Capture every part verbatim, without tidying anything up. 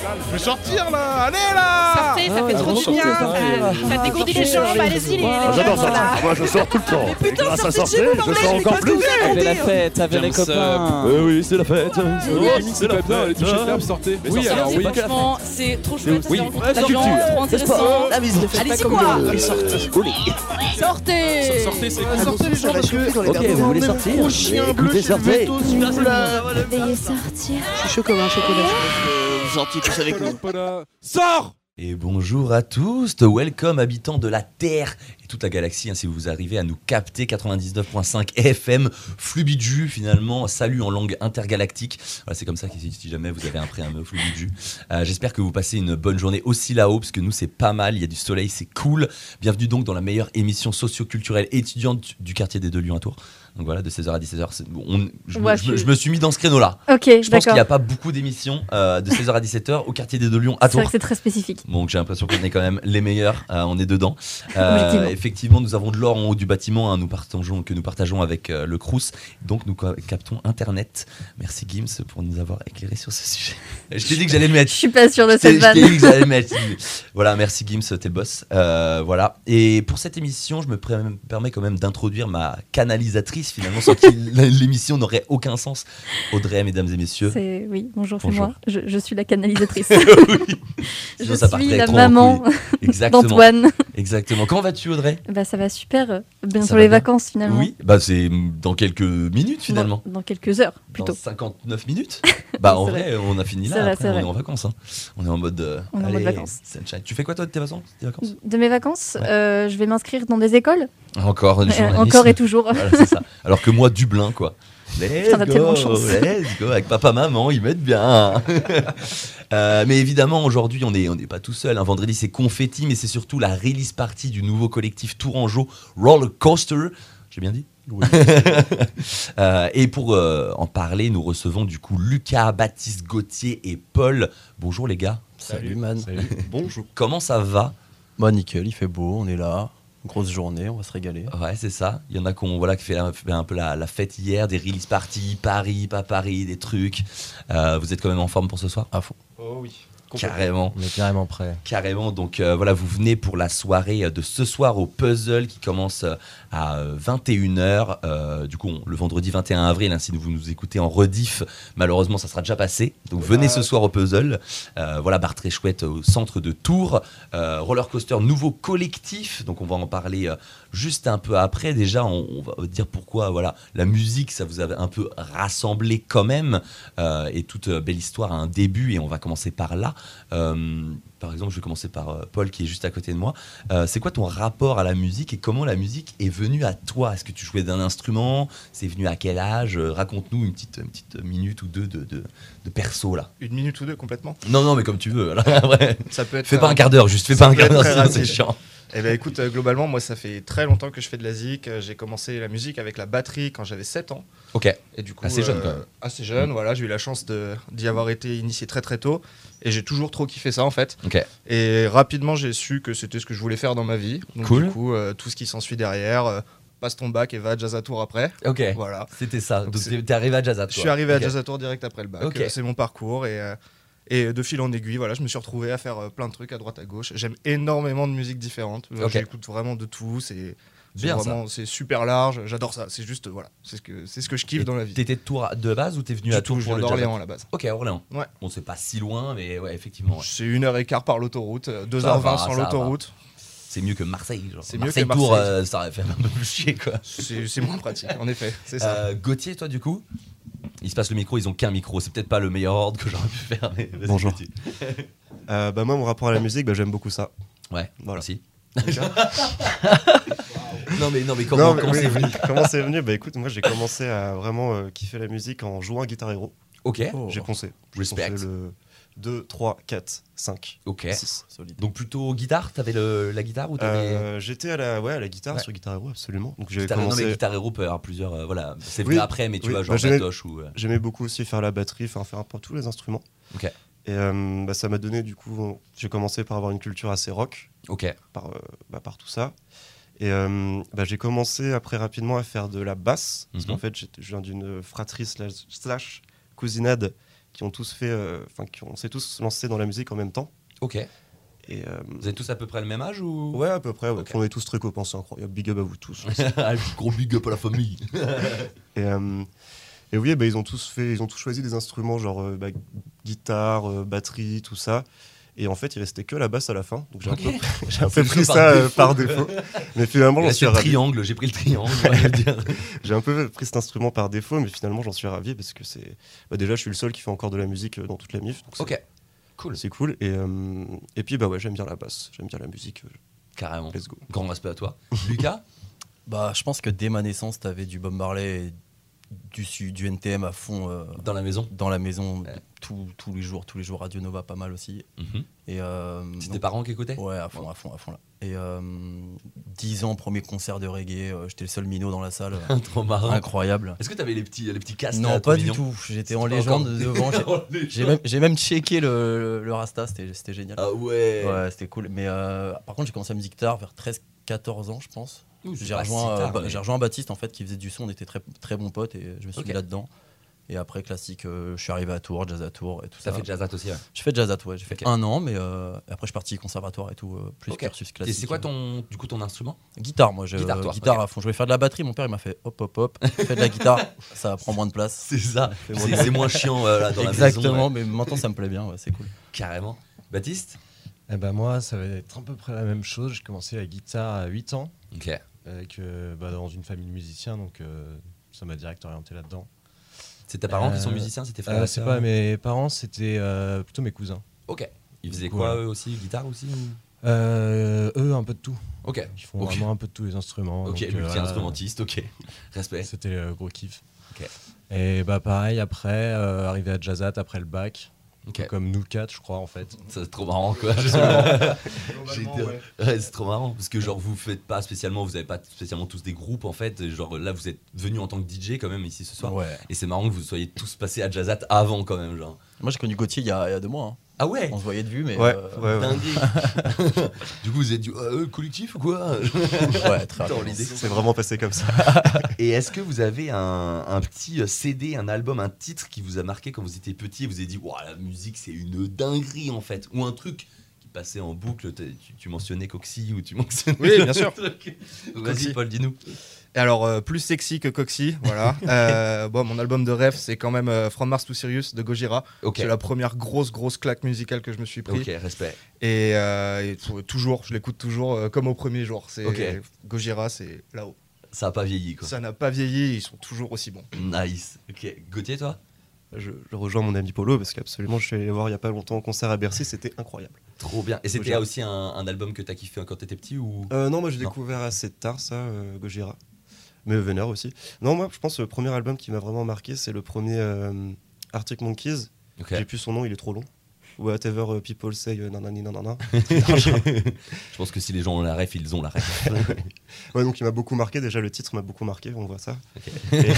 Je vais sortir là, allez là. Sortez, ça fait trop du bien. Ça dégourdit les jambes, allez-y les gars. J'adore ça, moi je sors tout le temps. Et grâce à sortir, je sors encore plus. Avec la fête, avec les copains. Oui, oui, c'est la fête. C'est la fête, les touchés de l'herbe, sortez. Oui, alors oui. Franchement, c'est trop chouette. Oui, La culture, trop intéressant. Allez-y quoi. Sortez. Sortez, c'est Sortez les gens parce que Ok, vous voulez sortir? gros chien bleu Écoutez, chez le sortez. veto, s'il vous plaît. Veuillez sortir. Je suis chaud comme un chocolat. Vous sortiez tous avec nous. Sors. Et bonjour à tous, welcome habitants de la Terre et toute la galaxie, hein, si vous arrivez à nous capter quatre-vingt-dix-neuf virgule cinq F M, Flubidju finalement, salut en langue intergalactique. Voilà, c'est comme ça que si jamais vous avez un préam Flubidju. Euh, j'espère que vous passez une bonne journée aussi là-haut, parce que nous c'est pas mal, il y a du soleil, c'est cool. Bienvenue donc dans la meilleure émission socio-culturelle étudiante du quartier des Deux Lions à Tours. Donc voilà, de seize heures à dix-sept heures, c'est, on, je, Ouais, me, je, me, je- je me suis mis dans ce créneau-là. Ok, Je pense d'accord. qu'il n'y a pas beaucoup d'émissions euh, de seize heures à dix-sept heures au quartier des Deux Lions à C'est vrai Tours. que c'est très spécifique. Donc j'ai l'impression qu'on est quand même les meilleurs, euh, on est dedans. Euh, Objectivement. effectivement, nous avons de l'or en haut du bâtiment, hein, nous partageons, que nous partageons avec euh, le Crous. Donc nous ca- captons Internet. Merci Gims pour nous avoir éclairé sur ce sujet. Je t'ai dit que j'allais le Je mettre. suis pas sûre de Je t'ai cette je t'ai vanne. dit que j'allais le mettre. Voilà, merci Gims, t'es le boss. Euh, voilà. Et pour cette émission, je me pré- permets quand même d'introduire ma canalisatrice finalement, sans qui l'émission n'aurait aucun sens. Audrey, mesdames et messieurs. C'est... Oui, bonjour, c'est Bonjour. moi. Je, je suis la canalisatrice. Oui. Je Sinon, ça suis partirait la trop en maman couille. Exactement. d'Antoine. Exactement. Comment vas-tu, Audrey? Bah ça va super. euh, Bientôt Ça va les bien. vacances finalement. Oui, bah c'est dans quelques minutes finalement. Dans, dans quelques heures plutôt. Dans cinquante-neuf minutes. Bah en C'est vrai, on a fini là. C'est vrai, Après, c'est on vrai. est en vacances. Hein. On est en mode. euh, On est en allez, mode vacances. sunshine. Tu fais quoi toi de tes vacances, tes vacances De mes vacances, Ouais. euh, je vais m'inscrire dans des écoles. Encore, du Euh, journalisme. encore et toujours. Voilà, c'est ça. Alors que moi, Dublin, quoi. Let's Putain, t'as tellement go, de chance. let's go, avec papa, maman, ils m'aident bien. Euh, mais évidemment, aujourd'hui, on n'est on est pas tout seul. Un vendredi, c'est confetti, mais c'est surtout la release party du nouveau collectif Tourangeau Roller Coaster. J'ai bien dit? Oui. Euh, et pour euh, en parler, nous recevons du coup Lucas, Baptiste, Gauthier et Paul. Bonjour les gars. Salut man. Bonjour. Comment ça va? Bah nickel, il fait beau, on est là. Grosse journée, on va se régaler. Ouais, c'est ça. Il y en a qui ont voilà, qui fait, un- fait un peu la, la fête hier, des release parties, Paris, pas Paris, des trucs. Euh, vous êtes quand même en forme pour ce soir? À fond. Oh oui. Carrément. On est carrément prêts. Carrément, donc euh, voilà, vous venez pour la soirée de ce soir au Puzzle qui commence euh, à euh, vingt et une heures, euh, du coup on- le vendredi vingt et un avril, hein, si vous nous écoutez en rediff, malheureusement ça sera déjà passé, donc venez ce soir au Puzzle, euh, voilà, bar très chouette au centre de Tours, euh, roller coaster nouveau collectif, donc on va en parler euh, juste un peu après. Déjà on, on va dire pourquoi voilà, la musique ça vous a un peu rassemblé quand même, euh, et toute euh, belle histoire a un début et on va commencer par là. Euh, par exemple, je vais commencer par euh, Paul qui est juste à côté de moi. Euh, c'est quoi ton rapport à la musique et comment la musique est venue à toi? Est-ce que tu jouais d'un instrument? C'est venu à quel âge? Euh, Raconte-nous une petite, une petite minute ou deux de, de, de perso là. Une minute ou deux complètement. Non, non, mais comme tu veux. Là, ouais. Ça peut être. Fais pas euh, un quart d'heure, juste fais ça pas un peut quart être d'heure, très sinon rapide. c'est chiant. Eh ben écoute, euh, globalement, moi ça fait très longtemps que je fais de la zik. Euh, J'ai commencé la musique avec la batterie quand j'avais sept ans. Ok. Et du coup, Assez jeune, quand même. Assez jeune, voilà. J'ai eu la chance de- d'y avoir été initié très très tôt. Et j'ai toujours trop kiffé ça en fait. Ok. Et rapidement, j'ai su que c'était ce que je voulais faire dans ma vie. Donc Cool. du coup, euh, tout ce qui s'ensuit derrière, euh, passe ton bac et va à Jazz à Tours après. Ok. Voilà. C'était ça. Donc Donc c'est- t'es t'es arrivé à Jazzat. Je suis arrivé à Jazz à Tours direct après le bac. Ok. Euh, C'est mon parcours et, euh, et de fil en aiguille, voilà, je me suis retrouvé à faire euh, plein de trucs à droite à gauche. J'aime énormément de musique différente. Euh, Ok. J'écoute vraiment de tout. C'est c'est Bien, ça. vraiment, c'est super large. J'adore ça. C'est juste, voilà, c'est ce que c'est ce que je kiffe Et dans la vie. T'étais de Tours de base ou t'es venu Du à Tours tout, je pour viens le d'Orléans Jazzat? à la base. Ok, à Orléans. Ouais. Bon, c'est pas si loin, mais ouais, effectivement. ouais. C'est une heure et quart par l'autoroute, euh, deux Ça heures vingt va, sans ça l'autoroute. C'est mieux que Marseille. Genre. C'est mieux que Marseille Tours, Marseille. euh, ça aurait fait un peu plus chier quoi. C'est c'est moins pratique, en effet. C'est ça. Euh, Gauthier, toi du coup, il se passe le micro, ils ont qu'un micro, c'est peut-être pas le meilleur ordre que j'aurais pu faire. Mais vas-y, Bonjour. Gauthier. Euh, bah moi mon rapport à la musique, bah, j'aime beaucoup ça. Ouais, Voilà. merci. non mais non mais comment Non, mais comment oui, c'est venu? Comment c'est venu Bah écoute, moi j'ai commencé à vraiment euh, kiffer la musique en jouant à Guitar Hero. Ok, J'ai poncé. J'ai Respect. poncé le deux, trois, quatre, cinq, ok. six, solide. Donc plutôt guitare, t'avais le, la guitare ou t'avais Euh, J'étais à la, ouais, à la guitare Ouais. sur Guitar Hero, absolument. Donc j'avais Guitare, non, commencé. mais Guitar Hero peut y avoir plusieurs, euh, voilà, c'est venu Oui, après, mais tu oui. vois genre Bah, j'aimais- Batoche ou. euh, J'aimais beaucoup aussi faire la batterie, enfin faire un peu tous les instruments. Ok. Et euh, bah, ça m'a donné du coup, j'ai commencé par avoir une culture assez rock, Ok. par, euh, bah, par tout ça. Et euh, bah, j'ai commencé après rapidement à faire de la basse, parce Mhm. qu'en fait j'étais- je viens d'une fratrie slash, slash cousinade qui ont tous fait, enfin qui ont, on s'est tous lancés dans la musique en même temps. Ok. Et euh, vous êtes tous à peu près le même âge ou? Ouais, à peu près. Ouais. Okay. On est tous très copains, c'est incroyable. Big up à vous tous. Gros big up à la famille. et, euh, et oui, bah, ils ont tous fait, ils ont tous choisi des instruments genre euh, bah, guitare, euh, batterie, tout ça. Et en fait, il restait que la basse à la fin. Donc j'ai okay. un peu, j'ai un peu pris ça par défaut. par défaut. Mais finalement, j'en suis le ravi. triangle, j'ai pris le triangle. On va dire. J'ai un peu pris cet instrument par défaut, mais finalement, j'en suis ravi parce que c'est. Bah, déjà, je suis le seul qui fait encore de la musique dans toute la M I F. Donc ok. Cool. C'est cool. Et, euh, et puis, bah ouais, j'aime bien la basse. J'aime bien la musique. Carrément. Let's go. Grand respect à toi. Lucas? Bah, je pense que dès ma naissance, t'avais du Bob Marley et du, du N T M à fond. Euh, dans la maison Dans la maison, ouais. tous, tous les jours, tous les jours, Radio Nova, pas mal aussi. Mm-hmm. Et euh, c'est tes parents qui écoutaient? Ouais, à fond, ouais. à fond, à fond là. Et euh, dix ans, premier concert de reggae, euh, j'étais le seul minot dans la salle. Trop marrant. Incroyable. Est-ce que t'avais les petits, les petits casques? Non, là, pas mignon du tout. J'étais en légende devant. J'ai, j'ai, même, j'ai même checké le, le, le Rasta, c'était, c'était génial. Ah ouais. Ouais, c'était cool. Mais euh, par contre, j'ai commencé la musique tard vers treize quatorze ans, je pense. Ouh, j'ai, rejoint, si tard, euh, mais... j'ai rejoint Baptiste en fait qui faisait du son, on était très, très bons potes et je me suis okay. mis là-dedans. Et après, classique, euh, je suis arrivé à Tours, jazz à Tours et tout ça. T'as fait jazzat aussi, ouais. J'ai fait jazzat, ouais. J'ai fait okay. un an, mais euh, après, je suis parti conservatoire et tout, euh, plus okay. cursus classique. Et c'est quoi ton, du coup, ton instrument? Guitare, moi. Je, guitare, toi, guitare okay. à fond. Je voulais faire de la batterie. Mon père, il m'a fait hop, hop, hop. Fais de la guitare, ça prend moins de place. C'est ça. C'est, c'est moins chiant euh, là, dans Exactement, la maison. Exactement, ouais. Mais maintenant, ça me plaît bien, ouais, c'est cool. Carrément. Baptiste? Eh ben moi, ça va être à peu près la même chose. J'ai commencé la guitare à huit ans. Ok. Avec, euh, bah, dans une famille de musiciens, donc euh, ça m'a direct orienté là-dedans. C'est tes parents euh, qui sont musiciens? C'était frère? euh, C'est pas mes parents, c'était euh, plutôt mes cousins. Ok. Ils faisaient quoi voilà. eux aussi? Guitare aussi ou... euh, Eux, un peu de tout. Ok. Ils font okay. vraiment un peu de tous les instruments. Ok, multi-instrumentiste, voilà. Ok. Respect. C'était le gros kiff. Ok. Et bah pareil, après, euh, arrivé à Jazzat, après le bac. Okay. Comme nous quatre, je crois, en fait. Ça, c'est trop marrant, quoi. ouais. Ouais, c'est trop marrant, parce que genre, vous faites pas spécialement, vous avez pas spécialement tous des groupes, en fait. Genre, là, vous êtes venus en tant que D J, quand même, ici, ce soir. Ouais. Et c'est marrant que vous soyez tous passés à Jazzat avant, quand même, genre. Moi, j'ai connu Gauthier il y a, il y a deux mois. Hein. Ah ouais? On se voyait de vue, mais... Ouais, euh... ouais, ouais. Dingue. Du coup, vous êtes du euh, collectif ou quoi? Ouais, très Attends, l'idée, c'est vraiment passé comme ça. Et est-ce que vous avez un, un petit C D, un album, un titre qui vous a marqué quand vous étiez petit et vous avez dit wow, la musique c'est une dinguerie en fait? Ou un truc qui passait en boucle? Tu, tu mentionnais Coxy ou tu mentionnais... Oui, bien sûr. Vas-y, Paul, dis-nous. Et alors, euh, plus sexy que Coxy, voilà. euh, bon, mon album de rêve, c'est quand même euh, From Mars to Sirius de Gojira. Okay. C'est la première grosse, grosse claque musicale que je me suis pris. Ok, respect. Et, euh, et t- toujours, je l'écoute toujours euh, comme au premier jour. C'est, okay. Gojira, c'est là-haut. Ça n'a pas vieilli, quoi. Ça n'a pas vieilli, ils sont toujours aussi bons. Nice. Ok. Gauthier, toi? Je, je rejoins mon ami Polo parce qu'absolument, je suis allé les voir il y a pas longtemps en concert à Bercy, c'était incroyable. Trop bien. Et c'était Gojira. Aussi un, un album que t'as kiffé quand t'étais petit ou... euh, Non, moi j'ai non. découvert assez tard ça, euh, Gojira. Mais Venner aussi. Non, moi je pense que le premier album qui m'a vraiment marqué, c'est le premier euh, Arctic Monkeys. Okay. J'ai plus son nom, il est trop long. Whatever people say, euh, nanani nanana. Je pense que si les gens ont la ref, ils ont la ref. Ouais, donc il m'a beaucoup marqué. Déjà, le titre m'a beaucoup marqué, on voit ça. Okay. Et,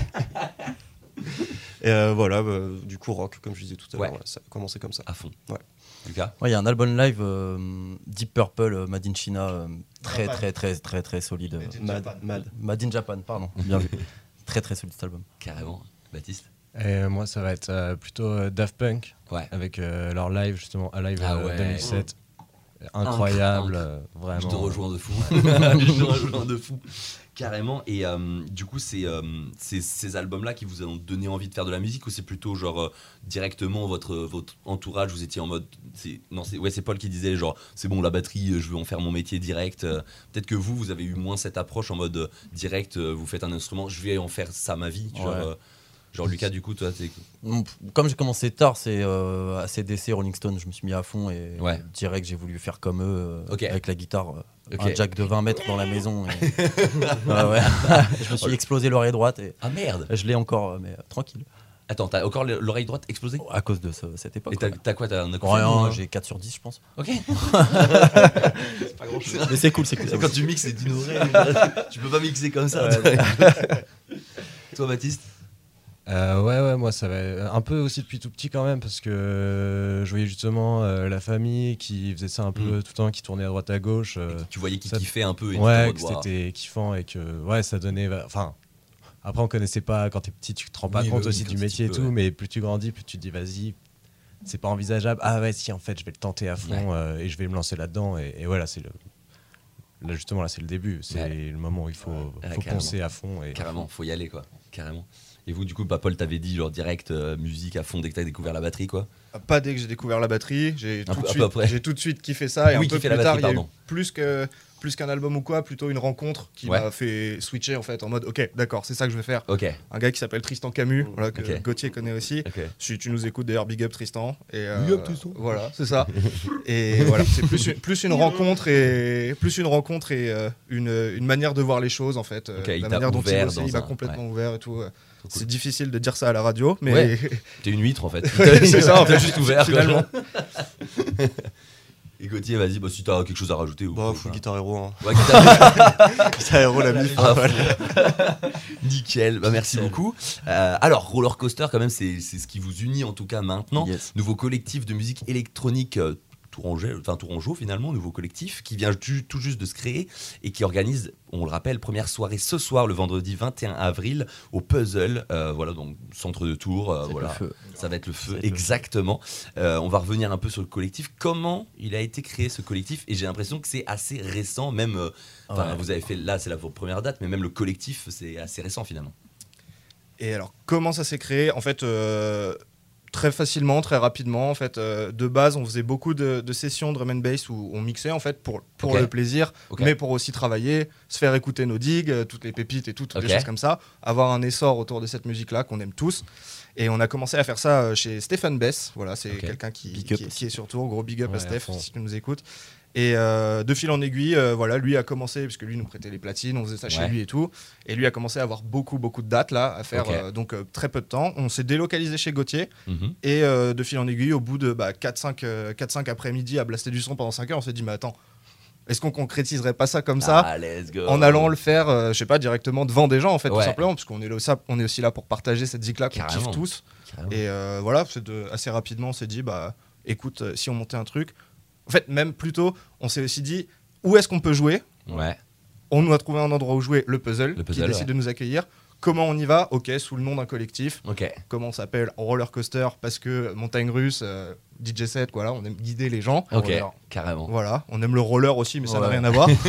et euh, voilà, bah, du coup, rock, comme je disais tout à l'heure, ouais. voilà, ça a commencé comme ça. À fond. Ouais. Lucas? Ouais, il y a un album live, euh, Deep Purple, euh, Made in China, euh, très, très, très, très, très, très solide. Made in Mad, Japan. Mad. Made in Japan, pardon. Bien vu. Très, très solide cet album. Carrément. Baptiste? Et moi, ça va être euh, plutôt euh, Daft Punk, ouais. avec euh, leur live, justement, à live ah euh, ouais. deux mille sept. Incroyable, Incroyable. Euh, vraiment. Je te rejoins de fou. Je te rejoins de fou. Carrément. Et euh, du coup, c'est euh, ces, ces albums-là qui vous ont donné envie de faire de la musique ou c'est plutôt genre euh, directement votre, votre entourage, vous étiez en mode. C'est, non, c'est, ouais, c'est Paul qui disait genre c'est bon, la batterie, je veux en faire mon métier direct. Euh, peut-être que vous, vous avez eu moins cette approche en mode euh, direct, euh, vous faites un instrument, je vais en faire ça ma vie. Tu ouais. vois, euh, genre Lucas, du coup, toi, t'es. Comme j'ai commencé tard, c'est euh, A C D C, Rolling Stone, je me suis mis à fond et ouais. direct j'ai voulu faire comme eux euh, okay. avec la guitare. Euh, okay. Un jack de vingt mètres dans la maison. Et... ouais, ouais. Je me suis explosé l'oreille droite. Et... Ah merde! Je l'ai encore, mais euh, tranquille. Attends, t'as encore l'oreille droite explosée? Oh, à cause de ce, cette époque. Et t'as, t'as quoi? T'as un Rien, j'ai quatre sur dix, je pense. Ok. C'est pas grand chose. Mais c'est cool, c'est cool. C'est quand tu mixes, c'est d'une oreille. Tu peux pas mixer comme ça. Ouais. Toi, Baptiste? Euh, ouais, ouais, moi ça va un peu aussi depuis tout petit quand même parce que euh, je voyais justement euh, la famille qui faisait ça un peu mmh. tout le temps, qui tournait à droite à gauche. Euh, tu voyais qu'ils ça... kiffaient un peu. Et ouais, que c'était kiffant et que ouais, ça donnait. Enfin, Après, on connaissait pas, quand t'es petit, tu te rends pas Oui, compte oui, aussi quand du t'es métier et petit peu, tout, ouais. mais plus tu grandis, plus tu te dis, vas-y, c'est pas envisageable. Ah ouais, si, en fait, je vais le tenter à fond Ouais. euh, et je vais me lancer là-dedans. Et, et voilà, c'est le. Là, justement, là, c'est le début. C'est Ouais. le moment où il faut, Ouais, faut carrément. penser à fond. Et, Carrément, faut y aller quoi, carrément. Et vous, du coup, bah, Paul, t'avais dit genre direct euh, musique à fond dès que t'as découvert la batterie, quoi. Pas dès que j'ai découvert la batterie, j'ai Un tout, peu- de un peu suite- après. j'ai tout de suite kiffé ça. Et Oui, un peu kiffé plus la tard, batterie, il y a eu pardon. plus que plus qu'un album ou quoi, plutôt une rencontre qui Ouais. m'a fait switcher en fait en mode ok, d'accord, c'est ça que je vais faire. Ok, Un gars qui s'appelle Tristan Camus, voilà, que Ok. Gauthier connaît aussi. ok. Si tu nous écoutes d'ailleurs, big up Tristan. Et, euh, Big up, Tristan. Voilà, c'est ça. Et voilà, c'est plus une, plus une rencontre et plus une rencontre et euh, une, une manière de voir les choses en fait. Euh, Ok, il la t'a manière dont il ouvert bosse, il dans va un- complètement ouais. ouvert et tout. euh. Trop cool. C'est difficile de dire ça à la radio, mais Ouais. T'es une huître en fait. c'est ça en fait, juste ouvert quoi. finalement. Et Gauthier, vas-y, bah, si t'as quelque chose à rajouter. Ou Bah, ou full pas. Guitar Hero. Hein. Ouais, guitare. Guitar Hero, la mif. Ah, voilà. Nickel, bah, merci beaucoup. Euh, alors, Roller Coaster, quand même, c'est c'est ce qui vous unit en tout cas maintenant. Yes. Nouveau collectif de musique électronique euh, Tourangeau, enfin Tourangeau finalement, nouveau collectif qui vient ju- tout juste de se créer et qui organise, on le rappelle, première soirée ce soir, le vendredi vingt et un avril, au Puzzle, euh, voilà, donc centre de Tours, euh, C'est voilà. le feu. Ça va être le feu, va être le feu. exactement. Euh, on va revenir un peu sur le collectif. Comment il a été créé ce collectif? Et j'ai l'impression que c'est assez récent, même. euh, enfin, Ouais. vous avez fait là, c'est la votre première date, mais même le collectif, c'est assez récent finalement. Et alors, comment ça s'est créé? En fait, euh, très facilement, très rapidement. En fait, euh, de base, on faisait beaucoup de, de sessions drum and bass où on mixait en fait pour, pour Ok. le plaisir, Ok. mais pour aussi travailler, se faire écouter nos digues, euh, toutes les pépites et tout, toutes Ok. les choses comme ça, avoir un essor autour de cette musique-là qu'on aime tous. Et on a commencé à faire ça euh, chez Stéphane Bess. Voilà, c'est Ok. quelqu'un qui, Big qui, up est- aussi. qui est sur Tours. Gros big up Ouais, à Steph, à fond. si tu nous écoutes. Et euh, de fil en aiguille, euh, voilà, lui a commencé, puisque lui nous prêtait les platines, on faisait ça chez Ouais. lui et tout. Et lui a commencé à avoir beaucoup, beaucoup de dates là, à faire Ok. euh, donc euh, très peu de temps. On s'est délocalisé chez Gauthier. Mhm. Et euh, de fil en aiguille, au bout de bah, quatre cinq après-midi à blaster du son pendant cinq heures, on s'est dit, mais attends, est-ce qu'on concrétiserait pas ça comme ça Ah, let's go. en allant le faire, euh, je sais pas, directement devant des gens en fait, Ouais. tout simplement, parce qu'on est, là- ça- on est aussi là pour partager cette zik-là qu'on Carrément. kiffe tous. Carrément. Et euh, voilà, c'est de- assez rapidement, on s'est dit, bah écoute, euh, si on montait un truc, en fait, même plutôt, on s'est aussi dit, où est-ce qu'on peut jouer? Ouais. On nous a trouvé un endroit où jouer, le puzzle, Le qui puzzle, décide ouais. de nous accueillir. Comment on y va? Ok, sous le nom d'un collectif. Ok. Comment on s'appelle? Roller Coaster, parce que montagne russe, euh, D J set, voilà, on aime guider les gens. Ok. Roller. Carrément. Voilà, on aime le roller aussi, mais ça n'a Ouais. rien à voir.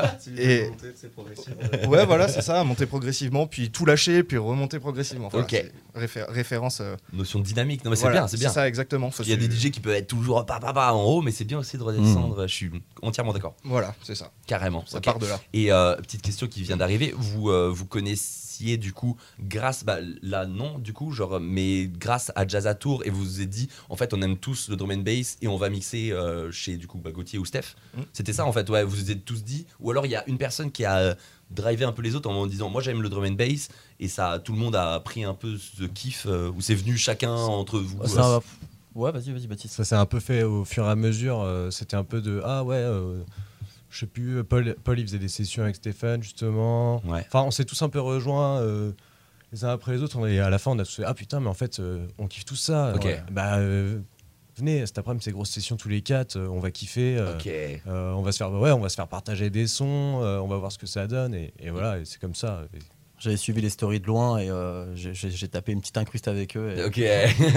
Et- Et c'est progressif. Ouais, voilà, c'est ça, monter progressivement, puis tout lâcher, puis remonter progressivement. Voilà, Ok. c'est réfé- référence. euh, Notion de dynamique. Non mais c'est voilà, bien, c'est bien. ça, exactement. Faut Il y a se- des D J qui peuvent être toujours pa, pa, pa en haut, mais c'est bien aussi de redescendre. Je suis entièrement d'accord. Voilà, c'est ça. Carrément. Ça Ok. part de là. Et euh, petite question qui vient d'arriver, vous euh, vous connaissiez du coup grâce, bah, là non du coup, genre, mais grâce à Jazz à Tours et vous vous êtes dit en fait on aime tous le drum and bass et on va mixer euh, chez du coup bah, Gauthier ou Steph. Mm. C'était ça en fait, ouais, vous vous êtes tous dit, ou alors il y a une personne qui a euh, drivé un peu les autres en disant moi j'aime le drum and bass et ça tout le monde a pris un peu ce kiff euh, où c'est venu chacun entre vous. Ouais, euh, ça va. Ouais, vas-y, vas-y, Baptiste. Ça s'est un peu fait au fur et à mesure. euh, C'était un peu de ah ouais, euh, je sais plus. Paul, Paul, il faisait des sessions avec Stéphane justement. Ouais. Enfin, on s'est tous un peu rejoints euh, les uns après les autres. On est, à la fin, on a tous fait ah putain, mais en fait, euh, on kiffe tout ça. Ok. Ouais. Bah euh, venez cet après-midi, ces grosses sessions tous les quatre, euh, on va kiffer. euh, Ok. euh, on va se faire, ouais, on va se faire partager des sons. euh, on va voir ce que ça donne et, et voilà. Et c'est comme ça. Et- J'avais suivi les stories de loin et euh, j'ai- j'ai j'ai tapé une petite incruste avec eux. Et... Ok.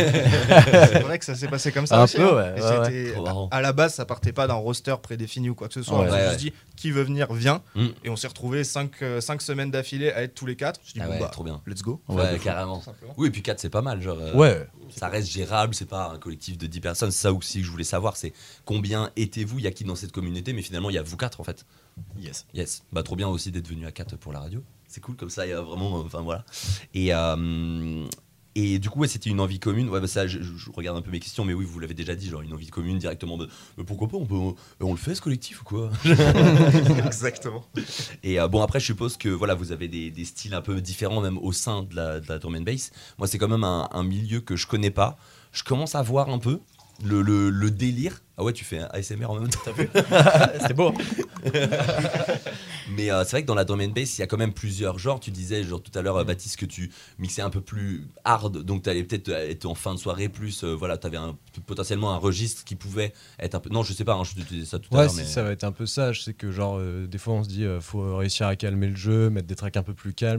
C'est vrai que ça s'est passé comme ça Un aussi. peu, hein. ouais, Et ouais, c'était- Trop marrant. à la base, ça partait pas d'un roster prédéfini ou quoi que ce soit. Ouais, on s'est ouais, juste ouais. dit qui veut venir, vient. Mm. Et on s'est retrouvés cinq semaines d'affilée à être tous les quatre. On s'est dit, Ah bon, ouais, bah, trop bien. let's go. Ouais, de carrément. Tout simplement. Oui, et puis quatre c'est pas mal, genre. euh, Ouais. Ça reste gérable, c'est pas un collectif de dix personnes. C'est ça aussi que je voulais savoir, c'est combien étiez-vous? Il y a qui dans cette communauté? Mais finalement, il y a vous quatre en fait. Yes. Yes. Bah, trop bien aussi d'être venu à quatre pour la radio. C'est cool comme ça, il y a vraiment. Enfin voilà. Et, euh, et du coup, ouais, c'était une envie commune. Ouais, bah, ça, je, je regarde un peu mes questions, mais oui, vous l'avez déjà dit, genre une envie commune directement. De, mais pourquoi pas on, peut, on, on le fait ce collectif ou quoi? Exactement. Et euh, bon, après, je suppose que voilà, vous avez des, des styles un peu différents, même au sein de la, de la drum and bass. Moi, c'est quand même un, un milieu que je connais pas. Je commence à voir un peu le, le, le délire. Ah ouais, tu fais un A S M R en même temps, t'as vu? C'est beau. Mais euh, c'est vrai que dans la drum and bass, il y a quand même plusieurs genres. Tu disais, genre tout à l'heure, euh, Baptiste, que tu mixais un peu plus hard, donc tu allais peut-être être en fin de soirée plus. Euh, voilà, tu avais potentiellement un registre qui pouvait être un peu. Non, je sais pas, hein, je te disais ça tout à Ouais, l'heure. si, Mais... ça va être un peu ça. Je sais que genre euh, des fois on se dit euh, faut réussir à calmer le jeu, mettre des tracks un peu plus calmes.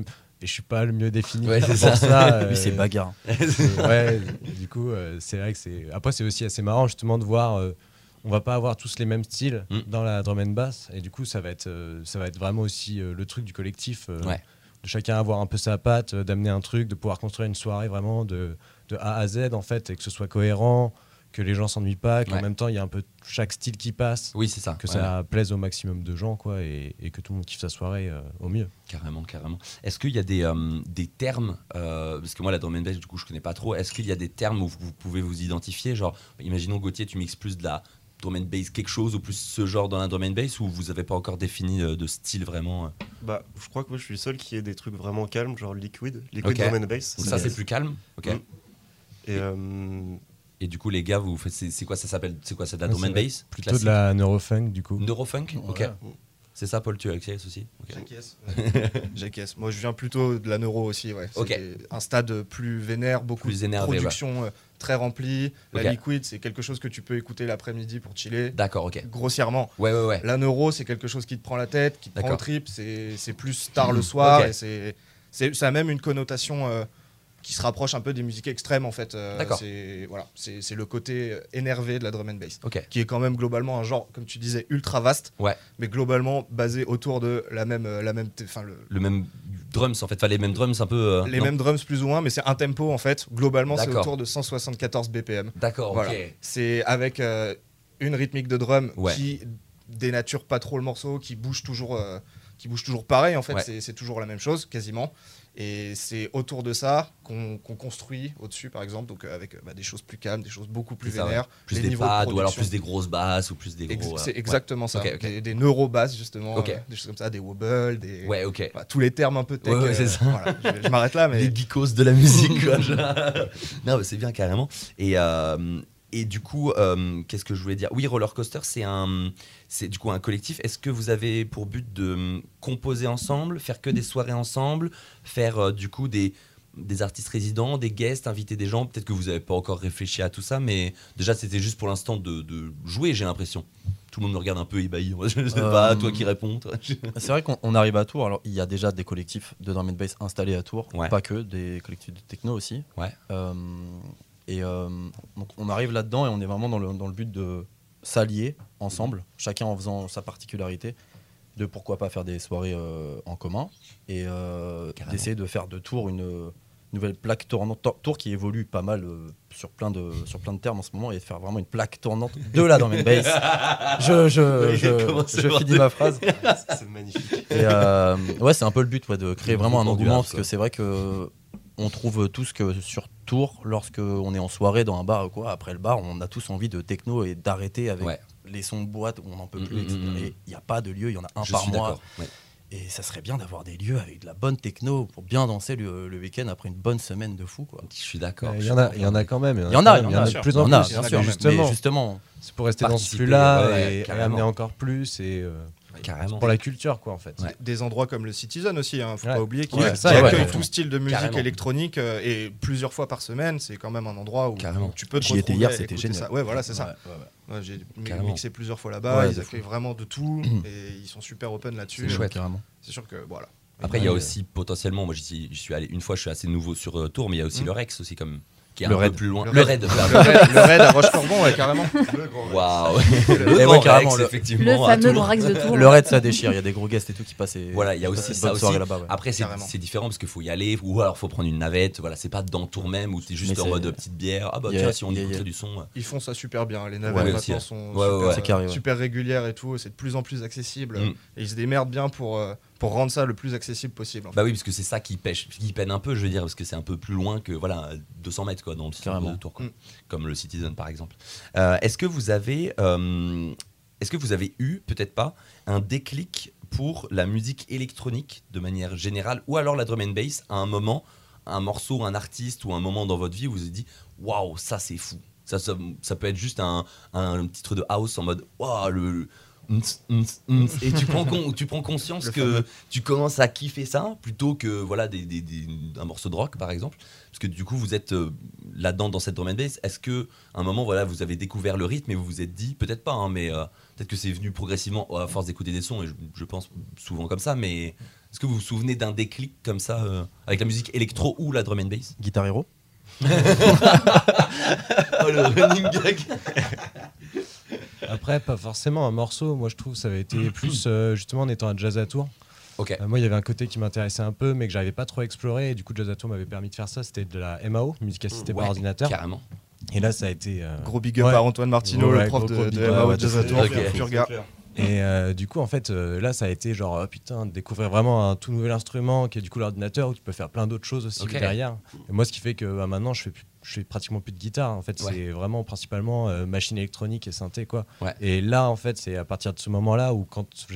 et je suis pas le mieux défini Ouais, pour c'est ça. ça. euh, Lui, c'est bagarre. c'est- ouais, du coup, euh, c'est vrai que c'est. Après, c'est aussi assez marrant justement de voir. euh, on va pas avoir tous les mêmes styles Mm. dans la drum and bass, et du coup, ça va être, euh, ça va être vraiment aussi euh, le truc du collectif. euh, Ouais. De chacun avoir un peu sa patte, euh, d'amener un truc, de pouvoir construire une soirée vraiment de, de A à Z en fait, et que ce soit cohérent, que les gens s'ennuient pas, qu'en Ouais. même temps il y a un peu chaque style qui passe, Oui, c'est ça. que Ouais, ça plaise au maximum de gens quoi, et, et que tout le monde kiffe sa soirée euh, au mieux. Carrément, carrément. Est-ce qu'il y a des, euh, des termes, euh, parce que moi la drum and bass du coup je connais pas trop, est-ce qu'il y a des termes où vous pouvez vous identifier, genre imaginons Gauthier tu mixes plus de la drum and bass quelque chose ou plus ce genre dans la drum and bass, ou vous avez pas encore défini euh, de style vraiment euh Bah, je crois que moi je suis le seul qui ait des trucs vraiment calmes, genre liquid, liquid Ok. drum and bass. Donc ça c'est plus calme, ok. Mm. Et euh, Et du coup les gars vous faites, c'est c'est quoi ça s'appelle, c'est quoi, c'est de la Ouais, drum c'est and vrai. bass Plutôt classique de la neurofunk du coup. Neurofunk, ok. Voilà. C'est ça Paul, tu as accès aussi. Ok. J'acquiesce. J'acquiesce. Moi, je viens plutôt de la neuro aussi. Ouais. Ok. C'est un stade plus vénère, beaucoup Plus de énervé, production euh, très remplie. La Ok. liquid, c'est quelque chose que tu peux écouter l'après-midi pour chiller. D'accord, ok. Grossièrement. Ouais, ouais, ouais. La neuro, c'est quelque chose qui te prend la tête, qui te prend D'accord. le trip. C'est c'est plus tard le soir. Ok. Et c'est c'est- ça a même une connotation euh, qui se rapproche un peu des musiques extrêmes en fait. Euh, D'accord. C'est voilà, c'est c'est le côté énervé de la drum and bass, Ok. qui est quand même globalement un genre, comme tu disais, ultra vaste. Ouais. Mais globalement basé autour de la même, euh, la même, enfin le, Le même drums en fait, enfin les mêmes drums un peu. euh, les non mêmes drums plus ou moins, mais c'est un tempo en fait. Globalement, c'est D'accord. autour de cent soixante-quatorze B P M. D'accord, Voilà. ok. C'est avec euh, une rythmique de drum Ouais. qui dénature pas trop le morceau, qui bouge toujours, euh, qui bouge toujours pareil. En fait, Ouais. c'est c'est toujours la même chose quasiment. Et c'est autour de ça qu'on qu'on construit au-dessus, par exemple, donc euh, avec euh, bah, des choses plus calmes, des choses beaucoup plus C'est ça, ouais. vénères, Plus les des niveaux de pads ou alors production. plus des grosses basses ou plus des Ex- gros. euh, c'est ouais. exactement ça. Ok, ok. Des, des neurobasses justement, Ok. euh, des choses comme ça, des wobbles, des Ouais, ok. voilà, tous les termes un peu tech. Ouais, ouais, euh, c'est ça. voilà, je je m'arrête là, mais Les geekos de la musique, quoi. Non, mais c'est bien carrément. Et, euh, et du coup, euh, qu'est-ce que je voulais dire? Oui, Roller Coaster, c'est un, c'est du coup un collectif. Est-ce que vous avez pour but de hum, composer ensemble, faire que des soirées ensemble, faire euh, du coup des des artistes résidents, des guests, inviter des gens? Peut-être que vous n'avez pas encore réfléchi à tout ça, mais déjà c'était juste pour l'instant de, de jouer, j'ai l'impression. Tout le monde me regarde un peu ébahi. Je sais Euh, pas, toi qui réponds. toi. C'est vrai qu'on on arrive à Tours. Alors, il y a déjà des collectifs de drum and bass installés à Tours, Ouais. pas que, des collectifs de techno aussi. Ouais. Euh, et euh, donc, on arrive là-dedans et on est vraiment dans le, dans le but de s'allier ensemble, chacun en faisant sa particularité, de pourquoi pas faire des soirées euh, en commun et euh, Carrément. d'essayer de faire de Tours une nouvelle plaque tournante. Tour- Tours qui évolue pas mal euh, sur, plein de, sur plein de termes en ce moment, et de faire vraiment une plaque tournante de la drum and bass. Je, je, je, Comment c'est je bordé. finis ma phrase. c'est magnifique. Et euh, ouais, c'est un peu le but, ouais, de créer Le vraiment un groupe engouement, ambiance, parce quoi. que c'est vrai que on trouve tous que sur Tours, lorsque on est en soirée dans un bar ou quoi, après le bar, on a tous envie de techno et d'arrêter avec Ouais. les sons de boîte où on n'en peut Mm, plus, mm, et cetera. mm, mm. Et il n'y a pas de lieu, il y en a un Je par suis mois. d'accord. Ouais. Et ça serait bien d'avoir des lieux avec de la bonne techno pour bien danser le, le week-end après une bonne semaine de fou, quoi. Je suis d'accord. Il y en a, il y en a quand même. Il y en a, quand il même, y en a, de sûr. plus Il y en en a, plus. bien il y en a sûr, quand même. mais Justement, justement, c'est pour rester dans ce Participer, flux-là ouais, et, et carrément. amener encore plus et euh, Carrément. pour la culture quoi en fait. Ouais. des endroits comme le Citizen aussi, hein, faut Ouais. pas oublier, qui, Ouais, qui ça, accueille ouais, tout ouais. style de musique Carrément. électronique euh, et plusieurs fois par semaine. C'est quand même un endroit où Carrément. tu peux te J'y étais retrouver hier, à c'était écouter génial. ça. Ouais, voilà, c'est ça. ouais, ouais, ouais. Ouais, j'ai mi- Carrément. mixé plusieurs fois là-bas. Ouais, ils de accueillent vraiment de tout et ils sont super open là-dessus. C'est chouette. Carrément. C'est sûr que voilà. Après, il y a Ouais. aussi potentiellement, moi j'y suis, j'y suis allé une fois, je suis assez nouveau sur euh, Tours, mais il y a aussi Mm. le Rex aussi, comme, qui est Le un Raid. peu plus loin. Le Le Raid. Raid, Le pardon. raid, le raid à Roche-Corbon, ouais, carrément. Waouh. Eh Le ouais, grand carrément, Rex, le- effectivement. Le à fameux Tours. Grand Rex de Tours. Le raid, ça déchire, il y a des gros guests et tout qui passent. et- Voilà, il y a qui aussi passent ça une bonne aussi. soirée là-bas, ouais. Après, c'est Carrément. c'est différent parce qu'il faut y aller, ou alors il faut prendre une navette. Voilà, c'est pas dans Tours même où t'es juste Mais en c'est- mode petite bière. Ah bah Yeah, tiens, si on yeah, écouterait yeah. du son. euh, Ils font ça super bien. Les Ouais, navets aussi, maintenant ouais. sont Ouais, ouais, super, ouais. C'est carré, ouais. super régulières et tout. C'est de plus en plus accessible. Mm. Et ils se démerdent bien pour, euh, pour rendre ça le plus accessible possible. en fait. Bah oui, parce que c'est ça qui pêche, qui peine un peu, je veux dire, parce que c'est un peu plus loin que voilà deux cents mètres quoi, dans le centre Carrément. de Tours, quoi. Mm. Comme le Citizen par exemple. Euh, est-ce que vous avez, euh, est-ce que vous avez eu, peut-être pas, un déclic pour la musique électronique de manière générale, ou alors la drum and bass à un moment, un morceau, un artiste ou un moment dans votre vie où vous vous êtes dit, waouh, ça c'est fou. Ça, ça, ça peut être juste un, un titre de house en mode, waouh, le ns, ns, ns. Et tu prends, con- tu prends conscience Le que fameux. tu commences à kiffer ça plutôt que voilà des, des- des- un morceau de rock par exemple, parce que du coup vous êtes euh, là-dedans dans cette drum and bass. Est-ce que à un moment voilà vous avez découvert le rythme et vous vous êtes dit, peut-être pas hein, mais euh, peut-être que c'est venu progressivement à force d'écouter des sons, et je, je pense souvent comme ça, mais Est-ce que vous vous souvenez d'un déclic comme ça euh, avec la musique électro ou la drum and bass? Guitar Hero. Oh le running gag. Après, pas forcément un morceau. Moi, je trouve que ça avait été plus euh, justement en étant à Jazz à Tours. Ok. Euh, moi, il y avait un côté qui m'intéressait un peu, mais que j'arrivais pas trop à explorer. Et du coup, Jazz à Tours m'avait permis de faire ça. C'était de la M A O, musique assistée Ouais, par ordinateur. Carrément. Et là, ça a été. euh, Gros big up Ouais. à Antoine Martineau, Ouais, le prof gros, de, gros de big M A up. O Ouais, Jazz à Tours, Ok. pur gars. Et euh, du coup, en fait, euh, là, ça a été genre, oh, putain, de découvrir vraiment un tout nouvel instrument qui est du coup l'ordinateur où tu peux faire plein d'autres choses aussi Ok. derrière. Et moi, ce qui fait que bah, maintenant, je fais, plus- je fais pratiquement plus de guitare. En fait, Ouais. c'est vraiment principalement euh, machine électronique et synthé, quoi. Ouais. Et là, en fait, c'est à partir de ce moment-là où, quand je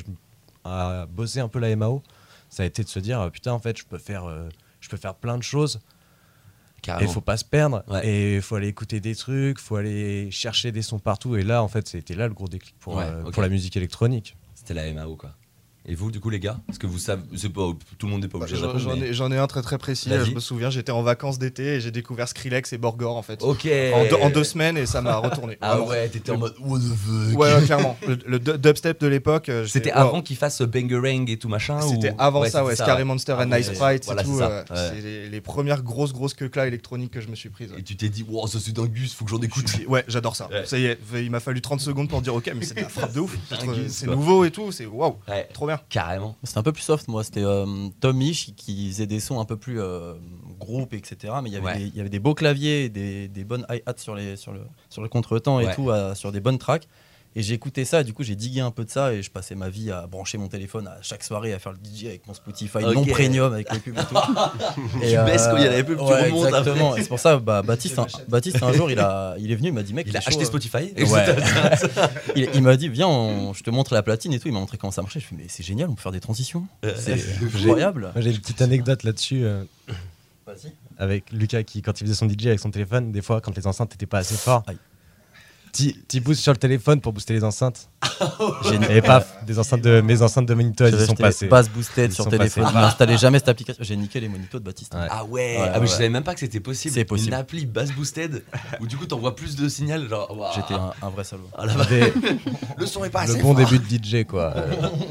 à bosser un peu la M A O, ça a été de se dire, euh, putain, en fait, je peux faire, euh, je peux faire plein de choses. Et Carrément. il faut pas se perdre. Ouais. Et il faut aller écouter des trucs, faut aller chercher des sons partout. Et là, en fait, c'était là le gros déclic pour, Ouais, euh, ok. pour la musique électronique. C'était la M A O quoi. Et vous, du coup, les gars, est-ce que vous savez, c'est pas, tout le monde n'est pas obligé de J'en répondre, j'en mais- ai, j'en ai un très très précis. Vas-y. Je me souviens, j'étais en vacances d'été et j'ai découvert Skrillex et Borgor en fait. Ok. En, deux, en deux semaines et ça m'a retourné. Ah Vraiment. ouais, t'étais en mode what the fuck. Ouais, ouais, clairement. Le, le du- dubstep de l'époque. euh, C'était j'étais- avant wow. qu'il fasse Bangerang et tout machin. C'était ou- avant ça, c'était ouais. Scary Monster Ah and ouais, Nice Sprites voilà, et c'est tout. ça. euh, Ouais. C'est les, les premières grosses grosses queues-là électroniques que je me suis prise. Et tu t'es dit, wow, ça c'est dingus, faut que j'en écoute. Ouais, j'adore ça. Ouais. Ça y est, il m'a fallu trente secondes pour dire ok, mais c'est de la frappe de ouf. C'est trop- Dingus, C'est quoi. nouveau et tout, c'est waouh, Ouais, trop bien. carrément. C'était un peu plus soft, moi. C'était euh, Tom Misch qui faisait des sons un peu plus euh, groupe, et cetera. Mais il y avait Ouais. des- il y avait des beaux claviers, et des, des bonnes hi-hats sur, les, sur, le, sur le contretemps et Ouais. tout, euh, sur des bonnes tracks. Et j'ai écouté ça, et du coup, j'ai digué un peu de ça. Et je passais ma vie à brancher mon téléphone à chaque soirée, à faire le D J avec mon Spotify Ok. non premium, avec les pubs et tout. Tu baisses quand il y a la pub, tu ouais, remontes après. exactement. Et c'est pour ça, bah, Baptiste, un, Baptiste, un jour, il, a, il est venu, il m'a dit, mec, Il a c'est acheté chaud, euh. Spotify. Ouais. il il m'a dit, viens, on- je te montre la platine et tout. Il m'a montré comment ça marchait. Je fais, mais c'est génial, on peut faire des transitions. C'est incroyable. Moi, j'ai une petite anecdote là-dessus. euh, Vas-y. avec Lucas qui, quand il faisait son D J avec son téléphone, des fois, quand les enceintes n'étaient pas assez forts, Aïe. petit boost sur le téléphone pour booster les enceintes. Et paf, des enceintes de, mes enceintes de Monitor, J'avais ils sont acheté passés. Bass Boosted Ils sur sont téléphone. passés. Je n'installais jamais cette application. J'ai niqué les monitos de Baptiste. Ouais. Ah ouais, Ouais, ah mais je ouais. savais même pas que c'était possible. C'est possible. Une appli bass boosted où du coup t'envoies plus de signal. Genre, waouh. J'étais un, un vrai salaud. Ah, la vache. Des- Le son est pas le assez bon fort. début de D J, quoi. Euh,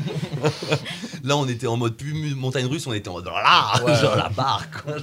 Là, on était en mode plus mu- montagne russe, on était en mode là, Ouais, genre ouais. la barre. Quoi.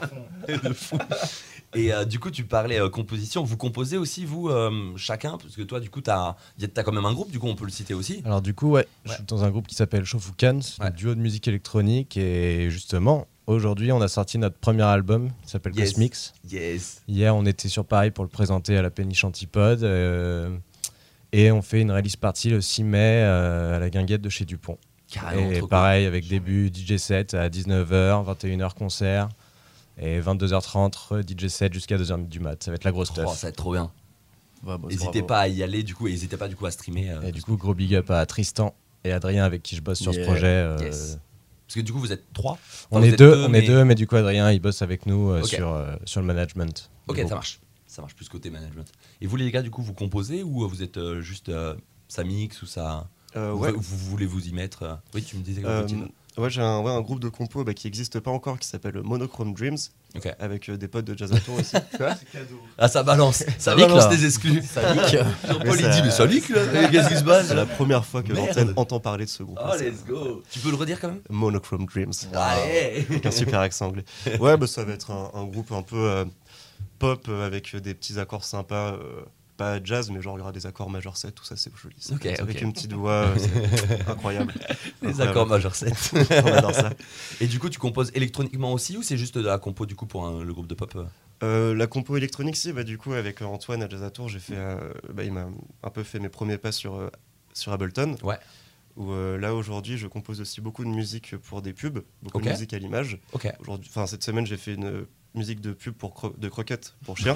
De fou. Et euh, du coup, tu parlais euh, composition. Vous composez aussi, vous, euh, chacun, parce que toi, du coup, t'as as quand même un groupe. Du coup, on peut le citer aussi. Alors du coup, ouais, je Ouais. suis dans un groupe qui s'appelle Shofoukan, c'est Ouais. un duo de musique électronique et justement, aujourd'hui, on a sorti notre premier album qui s'appelle Yes. Cosmix. Yes. Hier, on était sur Paris pour le présenter à la Péniche Antipode euh, et on fait une release party le six mai euh, à la Guinguette de chez Dupont. Carrément. Et trop pareil, avec début D J set à dix-neuf heures, vingt et une heures concert et vingt-deux heures trente D J set jusqu'à deux heures du mat. Ça va être la grosse cool. Oh, stuff. ça va être trop bien. Ouais, bah, c'est N'hésitez bravo. pas à y aller, du coup, et n'hésitez pas du coup à streamer. euh, Et du coup, gros big up à Tristan et Adrien avec qui je bosse sur Yeah. ce projet. euh, Yes. Parce que du coup, vous êtes trois. On Enfin, est vous êtes deux, deux, on mais- est deux, mais du coup Adrien il bosse avec nous euh, Ok. sur, euh, sur le management. Ok, du ça groupe. marche. Ça marche plus côté management. Et vous, les gars, du coup, vous composez ou euh, vous êtes euh, juste euh, ça mixe ou ça. Euh, vous, ouais. vous voulez vous y mettre euh, Oui, tu me disais. Euh, Gauthier. ouais, j'ai un, ouais, un groupe de compos bah, qui n'existe pas encore qui s'appelle Monochrome Dreams Ok. avec euh, des potes de Jazz à Tours aussi. Ah, ça balance. Ça leak, balance là. les exclus. Ça nique. Jean-Paul, Mais il ça- dit, mais ça leak là. Qu'est-ce qui se passe C'est la première fois que Merde. l'antenne entend parler de ce groupe. Oh, let's go. Tu peux le redire quand même Monochrome Dreams. Allez. Avec un super accent anglais. Ouais, bah, ça va être un, un groupe un peu euh, pop euh, avec des petits accords sympas. euh, pas jazz, mais genre il y aura des accords majeur sept, tout ça c'est joli. Ça. Ok, Avec ok. une petite voix, euh, c'est incroyable. Les Incroyable. accords majeur sept. On adore ça. Et du coup, tu composes électroniquement aussi ou c'est juste de la compo du coup pour un- le groupe de pop euh Euh, la compo électronique, si, bah, du coup, avec Antoine à Jazz à Tours, j'ai fait, euh, bah, il m'a un peu fait mes premiers pas sur, euh, sur Ableton. Ouais. Où euh, là, aujourd'hui, je compose aussi beaucoup de musique pour des pubs, beaucoup Ok. de musique à l'image. Ok. Aujourd'hui, enfin, cette semaine, j'ai fait une musique de pub pour cro- de croquettes pour chiens.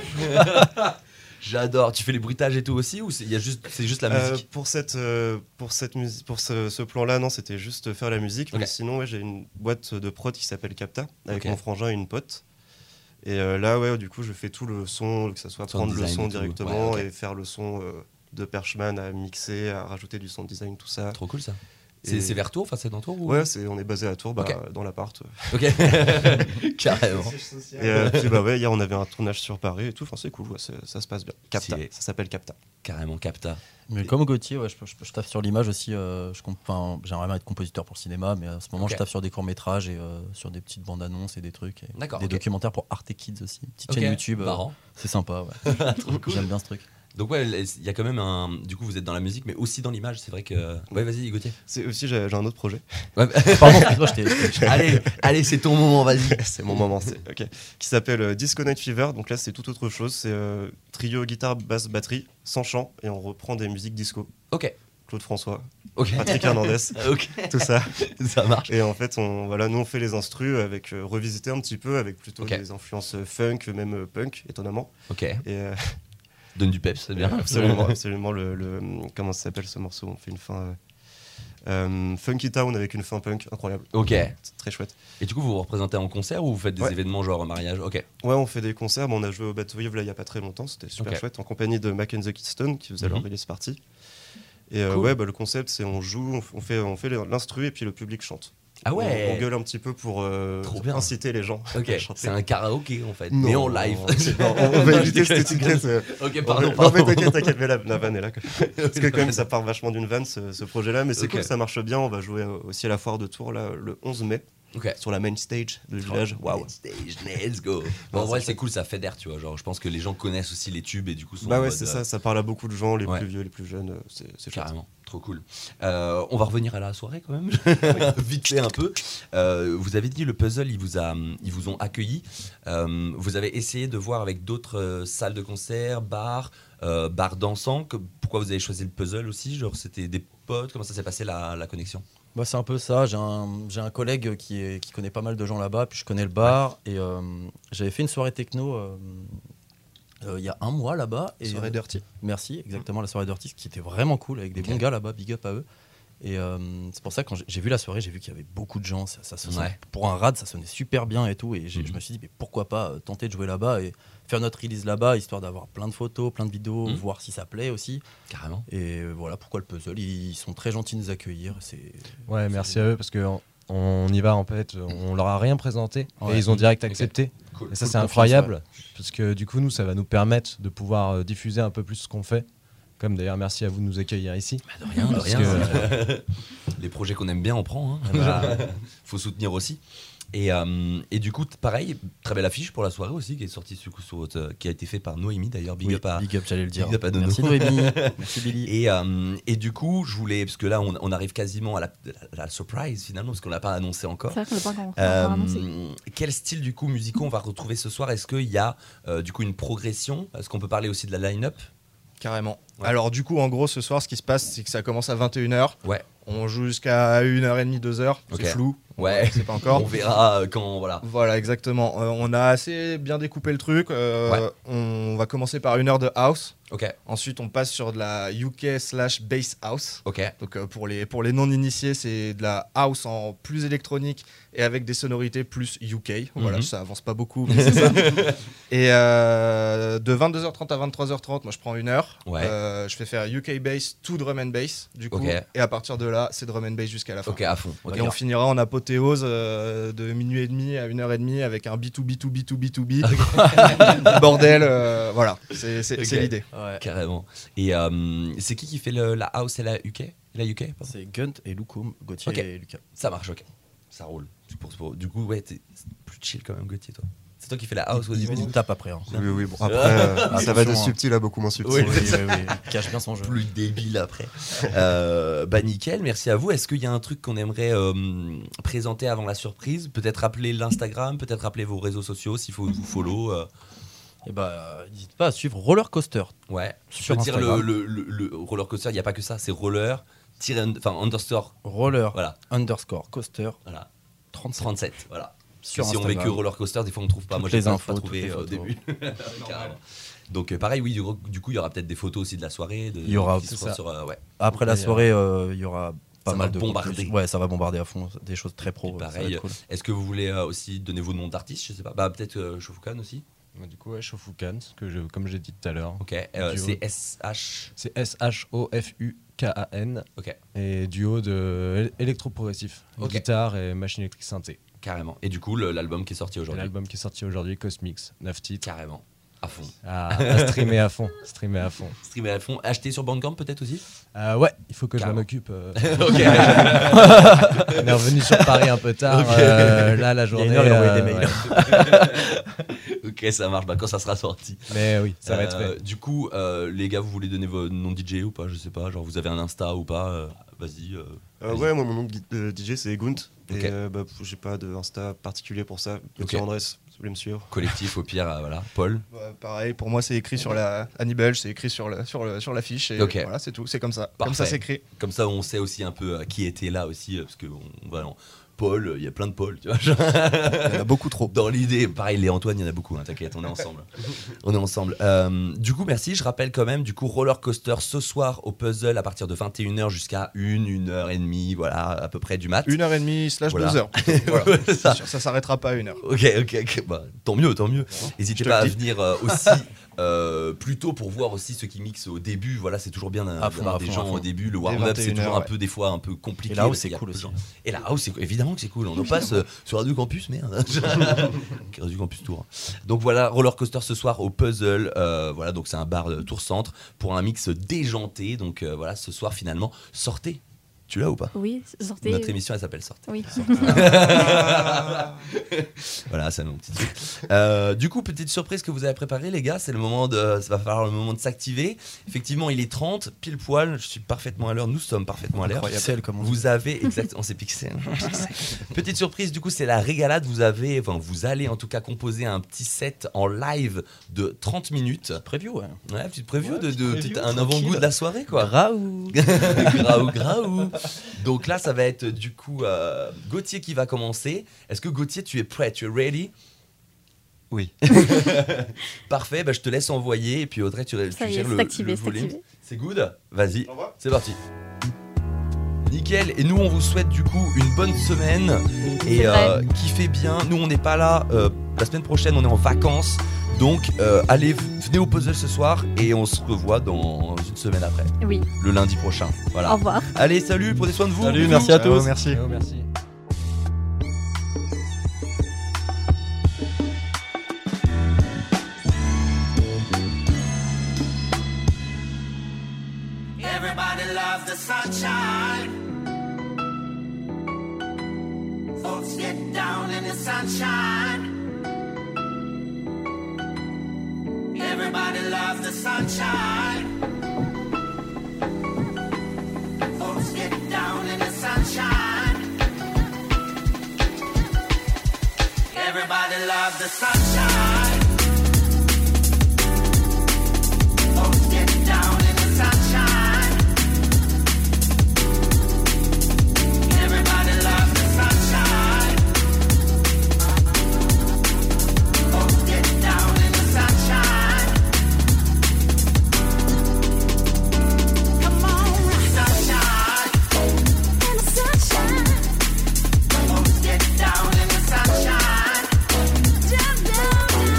J'adore. Tu fais les bruitages et tout aussi ou c'est il y a juste c'est juste la Euh, musique pour cette, euh, pour cette musique, pour ce, ce plan-là, non, c'était juste faire la musique. Ok. Mais sinon, ouais, j'ai une boîte de prod qui s'appelle Capta avec Ok. mon frangin et une pote. Et euh, là, ouais, du coup, je fais tout le son, que ce soit Sound prendre le design son et tout. directement Ouais, ok. et faire le son euh, de Perchman à mixer, à rajouter du sound design, tout ça. Trop cool ça. C'est Et- c'est vers Tours, enfin c'est dans Tours ou... Ouais, c'est, on est basé à Tours, bah, Ok. dans l'appart. Ok, carrément. Et euh, puis bah ouais, hier on avait un tournage sur Paris et tout, enfin c'est cool, ouais, c'est- ça se passe bien. Capta, Stylé. ça s'appelle Capta. Carrément, Capta. Mais comme Gauthier, ouais, je, je, je taffe sur l'image aussi. Euh, je comp- enfin, j'aimerais bien être compositeur pour le cinéma, mais à ce moment, Ok. je taffe sur des courts-métrages et euh, sur des petites bandes annonces et des trucs. Et D'accord, des ok. documentaires pour Arte Kids aussi. Petite Ok, chaîne YouTube. euh, marrant. c'est sympa, ouais. Trop cool. J'aime bien ce truc. Donc ouais, il y a quand même un... Du coup, vous êtes dans la musique, mais aussi dans l'image, c'est vrai que... Ouais, vas-y, Gauthier. C'est aussi, j'ai, j'ai un autre projet. Ouais, Pardon, excuse-moi, je t'ai- je t'ai- allez, allez, c'est ton moment, vas-y. c'est mon moment, c'est ok. Qui s'appelle euh, Disco Night Fever. Donc là, c'est tout autre chose. C'est euh, trio guitare, basse, batterie, sans chant, et on reprend des musiques disco. Ok, Claude François, ok. Patrick Hernandez, Ok, tout ça. ça marche. Et en fait, on, voilà, nous on fait les instrus avec euh, revisiter un petit peu avec plutôt Ok. des influences euh, funk, même euh, punk, étonnamment. Ok, Et euh, donne du peps, c'est bien. absolument, absolument le, le- comment ça s'appelle ce morceau? On fait une fin euh, euh, Funky Town avec une fin punk incroyable. Ok. Et C'est très chouette. du coup, vous vous représentez en concert ou vous faites des Ouais. événements genre mariage? Ok. Ouais, on fait des concerts. Bon, on a joué au Batwave là il y a pas très longtemps, c'était super Ok. chouette en compagnie de Mac and the Keystone qui faisait leur Mhm. release party. Et euh, Cool. ouais, bah, le concept c'est on joue, on fait, on fait l'instru et puis le public chante. Ah On- ouais. On, gueule un petit peu pour euh, Trop bien. inciter les gens Ok, à chanter. c'est un karaoké en fait, Non, mais en live. c'est- non, on, on va Non, éviter je déconne, cette je déconne. étiquette. euh, Ok, on pardon, va- pardon. Non, mais t'inquiète, t'inquiète, mais la, la vanne est là. quoi. Parce que quand même, ça part vachement d'une vanne ce, ce projet-là, mais c'est Ok. cool, ça marche bien. On va jouer euh, aussi à la foire de Tours là, le onze mai Ok. sur la main stage du village. Waouh. Let's stage, let's go. Bon, en vrai, c'est cool, ça fédère, tu vois. Genre, je pense que les gens connaissent aussi les tubes et du coup sont Bah en ouais, mode, c'est euh, ça, ça parle à beaucoup de gens, les Ouais. plus vieux, les plus jeunes, euh, c'est c'est chouette. Carrément, trop cool. Euh, on va revenir à la soirée quand même, vite fait un peu. Euh, vous avez dit le puzzle, ils vous, a, ils vous ont accueilli. Euh, vous avez essayé de voir avec d'autres euh, salles de concert, bars, euh, bars dansants. Que- pourquoi vous avez choisi le puzzle aussi? Genre, c'était des potes? Comment ça s'est passé la, la connexion? Bah, c'est un peu ça. J'ai un, j'ai un collègue qui, est, qui connaît pas mal de gens là-bas, puis je connais le bar. Et euh, j'avais fait une soirée techno euh, euh, il y a un mois là-bas. Et, Soirée euh, Dirty. Merci, exactement, la soirée d'Ortis qui était vraiment cool avec des Ok. bons gars là-bas, big up à eux. Et euh, c'est pour ça que quand j'ai- j'ai vu la soirée, j'ai vu qu'il y avait beaucoup de gens. Ça, ça se- Ouais. Pour un rad, ça sonnait super bien et tout. Et j'ai- Mhm. je me suis dit, mais pourquoi pas euh, tenter de jouer là-bas et faire notre release là-bas, histoire d'avoir plein de photos, plein de vidéos, Mhm. voir si ça plaît aussi. Carrément. Et euh, voilà pourquoi le puzzle. Ils sont très gentils de nous accueillir. C'est Ouais, merci à eux parce que on- on y va en fait, on leur a rien présenté Ouais. et ils ont direct Ok. accepté. Cool. Et ça Full c'est confiance, incroyable parce que du coup nous ça va nous permettre de pouvoir euh, diffuser un peu plus ce qu'on fait. Comme d'ailleurs merci à vous de nous accueillir ici. Bah, de rien, de Parce rien. que, Les projets qu'on aime bien, on prend. Hein. Voilà. Faut soutenir aussi. Et, euh, et du coup, t- pareil, très belle affiche pour la soirée aussi, qui est sortie du coup, sur votre- qui a été fait par Noémie d'ailleurs. Big Oui, up à. big up, j'allais le dire. Big up à Nono. Merci Noémie, merci Billy. Et, euh, et du coup, je voulais, parce que là, on, on arrive quasiment à la, la- la surprise finalement, parce qu'on l'a pas annoncé encore. C'est vrai qu'on l'a pas encore Euh, encore annoncé. quel style du coup musicaux on va retrouver ce soir? Est-ce qu'il y a euh, du coup une progression? Est-ce qu'on peut parler aussi de la line-up? Carrément. Ouais. Alors du coup, en gros, ce soir, ce qui se passe, c'est que ça commence à vingt et une heures. Ouais. On joue jusqu'à une heure trente, deux heures. Ok. C'est flou. Ouais. C'est pas encore. On verra euh, quand voilà. Voilà, exactement. Euh, on a assez bien découpé le truc. Euh, Ouais. On va commencer par une heure de house. Ok. Ensuite, on passe sur de la U K slash bass house. Ok. Donc euh, pour les, pour les non-initiés, c'est de la house en plus électronique et avec des sonorités plus U K. Voilà, Mhm. ça avance pas beaucoup, mais c'est ça. Et euh, de vingt-deux heures trente à vingt-trois heures trente, moi je prends une heure. Ouais. Euh, je fais faire U K bass, tout drum and bass, du coup. Ok. Et à partir de là, c'est drum and bass jusqu'à la fin. Ok, à fond. Et on finira en apothéose euh, de minuit et demi à une heure et demie avec un B deux B deux B deux B deux B. Bordel, euh, voilà, c'est c'est- Ok. c'est l'idée. Ouais. Carrément. Et euh, c'est qui qui fait le- la house et la U K? La U K, pardon. C'est Gunt et Lukum, Gauthier Ok. et Lucas. Ça marche, ok. Ça roule. C'est pour- pour- du coup, ouais, t'es c'est plus chill quand même, Gauthier, toi. C'est toi qui fais la house au Il début. nous tape après. Hein. Oui, oui, bon. Après, euh, ça va de Attention, hein. subtil à beaucoup moins subtil. Oui, Oui, c'est oui, ça. oui, il cache bien son jeu. Plus débile après. Euh, bah nickel, merci à vous. Est-ce qu'il y a un truc qu'on aimerait euh, présenter avant la surprise? Peut-être rappeler l'Instagram, peut-être rappeler vos réseaux sociaux s'il faut vous follow. euh. Et bah, n'hésite pas à suivre Roller Coaster. Ouais. Je Sur peux dire le, Instagram. le, le, le roller coaster, il n'y a pas que ça, c'est roller, tiré, enfin underscore, Roller voilà, underscore coaster voilà, trente-sept. trente-sept, voilà. Sur si on met Instagram. que roller coaster, des fois on trouve pas. Toutes Moi j'ai les pas, infos, pas toutes trouvé les euh, au photos. début. Carrément. Donc euh, pareil, oui, du, du coup il y aura peut-être des photos aussi de la soirée. De, Il y aura, qui c'est seront ça. sur, euh, ouais. Après la D'ailleurs. soirée, euh, il y aura pas Ça mal va de bombarder. contenus. Ouais, ça va bombarder à fond. Des choses très pro. Et ça va pareil, être cool. Est-ce que vous voulez euh, aussi donner vos noms d'artistes? Je sais pas. Bah peut-être euh, Shofukan aussi. Du coup, ouais, Shofukan, que je, comme j'ai dit tout à l'heure. Ok, euh, Duo- c'est S H. C'est S H O F U K A N. Ok, Et duo de électro-progressif. Ok. Guitare et machine électrique synthé. carrément. Et du coup, le- l'album qui est sorti Et aujourd'hui. l'album qui est sorti aujourd'hui, Cosmix, neuf titres. Carrément, à fond. À, à streamer à fond. Streamer à fond. Streamer à fond. Acheter sur Bandcamp peut-être aussi. Euh, ouais, il faut que je Carrément. m'en occupe. euh. Ok. On est revenu sur Paris un peu tard. Ok. euh, là, la journée. une heure, il a envoyé des euh, mails. ouais. Ok, ça marche. Bah, quand ça sera sorti. Mais oui, ça va être Euh, fait. Du coup, euh, les gars, vous voulez donner vos noms de D J ou pas? Je sais pas. Genre, vous avez un Insta ou pas? euh, Vas-y. euh, Euh, vas-y. ouais, moi mon nom de gui- de D J c'est Gunt. Ok. Et euh, bah, j'ai pas de Insta particulier pour ça. Bien Ok. sûr, Andrés, si vous voulez me suivre. Collectif au pire, euh, voilà. Paul. Ouais, pareil, pour moi, c'est écrit sur la Hannibal, c'est écrit sur le sur le sur l'affiche et Ok. voilà, c'est tout, c'est comme ça. Parfait. Comme ça, c'est écrit. Comme ça, on sait aussi un peu euh, qui était là aussi, euh, parce que on, voilà, on- Paul, il y a plein de Paul, tu vois. Il y en a beaucoup trop. Dans l'idée, pareil, les Antoine, il y en a beaucoup, hein, t'inquiète, on est ensemble. on est ensemble. Euh, du coup, merci. Je rappelle quand même, du coup, Roller Coaster ce soir au Puzzle à partir de vingt et une heures jusqu'à une, une heure et demie, voilà, à peu près du mat. Une heure et demie slash Voilà. deux heures. Voilà. C'est ça. ça. ça s'arrêtera pas à une heure. Ok, ok, ok. Bah, tant mieux, tant mieux. N'hésitez Je te pas à le dis. venir euh, aussi euh, plus tôt pour voir aussi ceux qui mixent au début. Voilà, c'est toujours bien d'un- À fond, d'avoir à des fond, gens à fond. au début. Le Et warm-up, c'est vingt et une toujours heures, un peu, des fois, un peu compliqué. Et là-haut, parce c'est qu'il y a cool peu de aussi. gens. Et là-haut, c'est évidemment que c'est cool. On en passe euh, sur Radio Campus, merde. Radio Campus Tour. Donc voilà, Roller Coaster ce soir au Puzzle. Euh, voilà, donc c'est un bar de Tour Centre pour un mix déjanté. Donc euh, voilà, ce soir finalement, sortez. Tu l'as ou pas? Oui, sortez. Notre émission, elle s'appelle Sortez. Oui. Voilà, c'est mon petit truc. Euh, du coup, petite surprise que vous avez préparée, les gars, c'est le moment de, ça va falloir le moment de s'activer. Effectivement, il est trente, pile poil. Je suis parfaitement à l'heure. Nous sommes parfaitement à l'heure. Pixel, comme on dit. Vous avez exactement, c'est pixel. Petite surprise, du coup, c'est la régalade. Vous avez, enfin, vous allez en tout cas composer un petit set en live de trente minutes. Preview, ouais. Ouais, petite preview Ouais, de, petite de- preview, peut-être un tranquille. avant-goût de la soirée, quoi. Graou. graou, graou. Donc là, ça va être du coup euh, Gauthier qui va commencer. Est-ce que Gauthier, tu es prêt? Tu es ready? Oui. Parfait, bah, je te laisse envoyer et puis Audrey, tu, tu Ça y est, gères c'est le, activé, le c'est volume. activé. C'est good? Vas-y, c'est parti. Nickel, et nous on vous souhaite du coup une bonne semaine et C'est vrai. euh, kiffez bien. Nous on n'est pas là, euh, la semaine prochaine on est en vacances, donc euh, allez, venez au puzzle ce soir et on se revoit dans une semaine après, Oui. le lundi prochain. Au Voilà. revoir. Allez, salut, prenez soin de vous. Salut, Bisous. merci à Ciao, tous. merci. Ciao, merci. Everybody loves the sunshine. Folks get down in the sunshine. Everybody loves the sunshine. Folks get down in the sunshine. Everybody loves the sunshine. Folks get down in the sunshine. Everybody loves the sunshine. Folks get down in the sunshine. Come on, sunshine. In the sunshine. Folks get down in the sunshine. Down, down, down.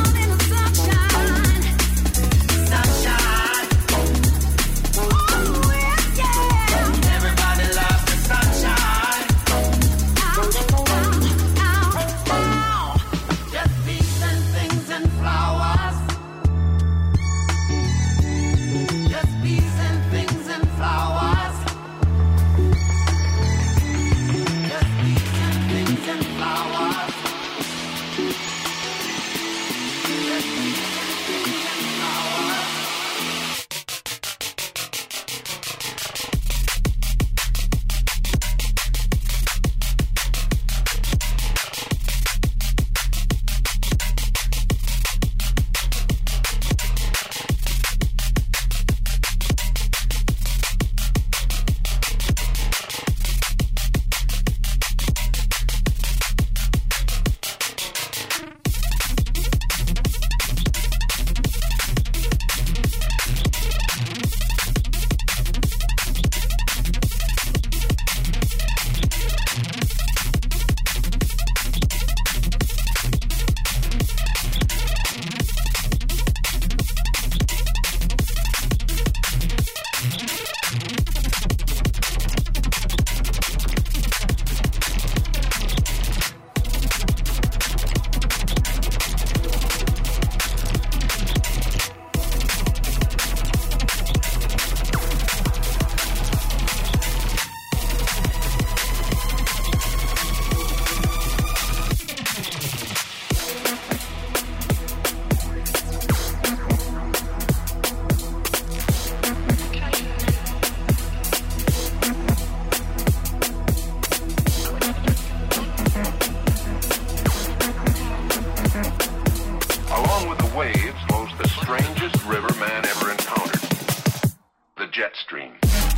stream.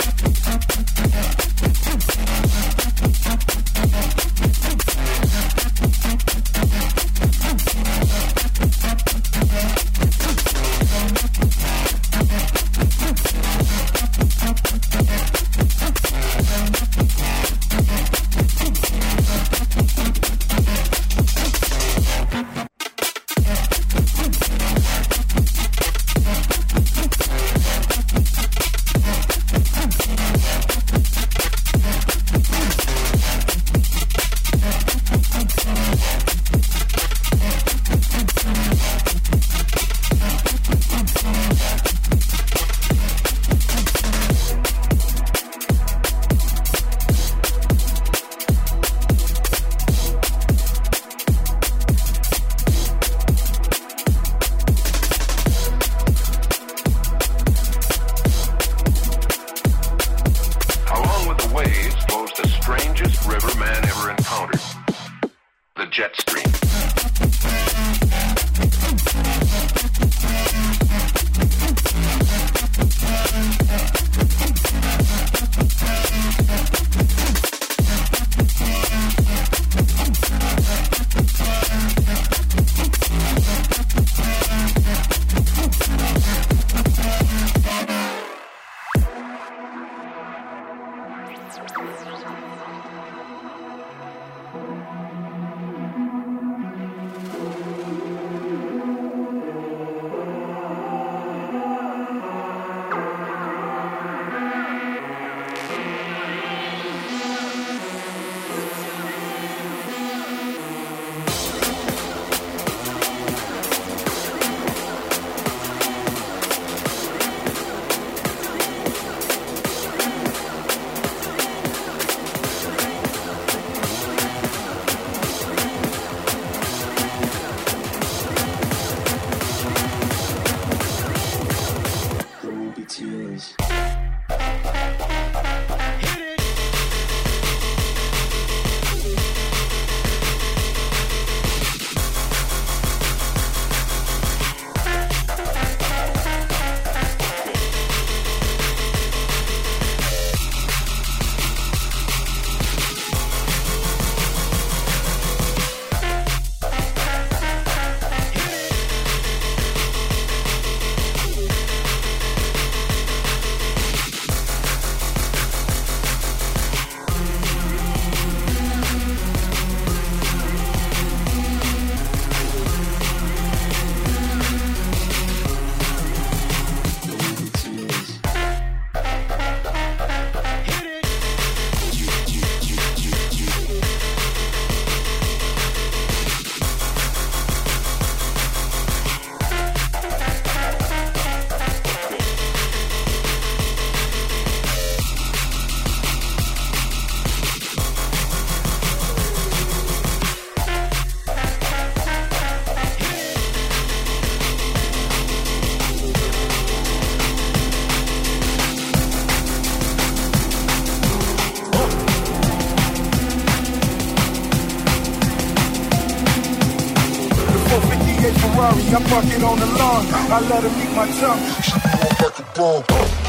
I park it on the lawn. I let her meet my tongue. She blow up like a bomb.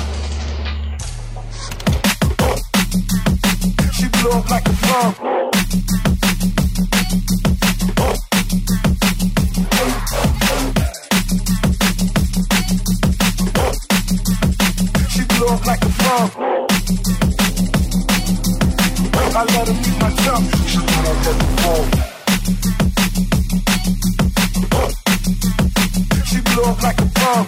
She blow up like a bomb. She blow up like a bomb. I let her meet my tongue. She blow up like a bomb. Blow up like a bomb.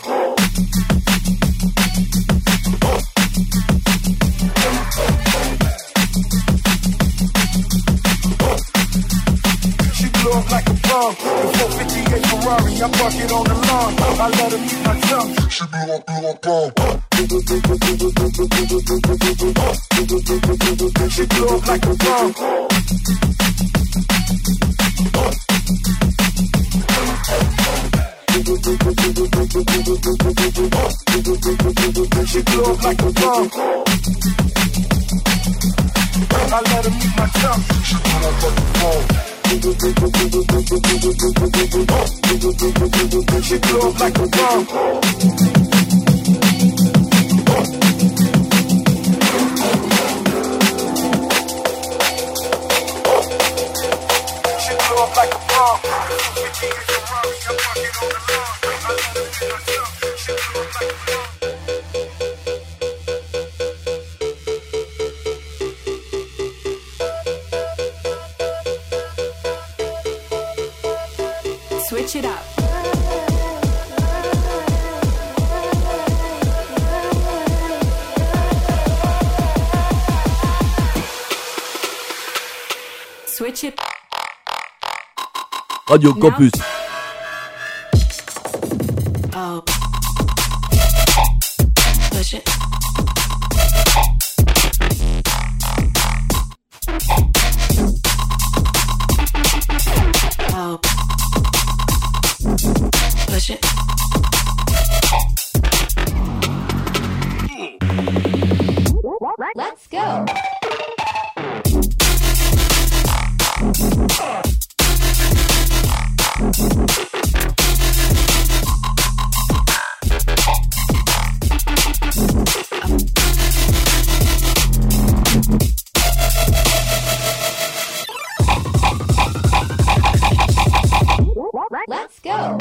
She blow up like a bomb. The four fifty-eight Ferrari, I park it on the lawn. I let her meet my tongue. She blow up, blow up, bomb. She blow up like a bomb. She blow up like a bomb. I let her meet my tongue. She blow up like a bomb. She blow up like a bomb. Switch it up. Switch it. Radio Campus. Oh. Push it. Oh. Push it. Let's go. Let's go.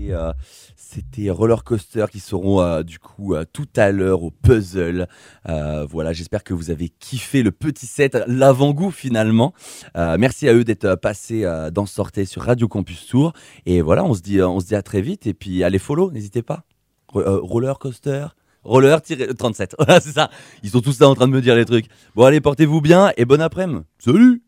C'était, euh, c'était Roller Coaster qui seront euh, du coup euh, tout à l'heure au puzzle. Euh, voilà, j'espère que vous avez kiffé le petit set, l'avant-goût finalement. Euh, merci à eux d'être passés euh, dans Sortez sur Radio Campus Tour. Et voilà, on se dit, on se dit à très vite. Et puis allez follow, n'hésitez pas. Re- euh, roller Coaster. Roller trente-sept. Voilà, c'est ça. Ils sont tous là en train de me dire les trucs. Bon, allez, portez-vous bien et bon après-midi. Salut!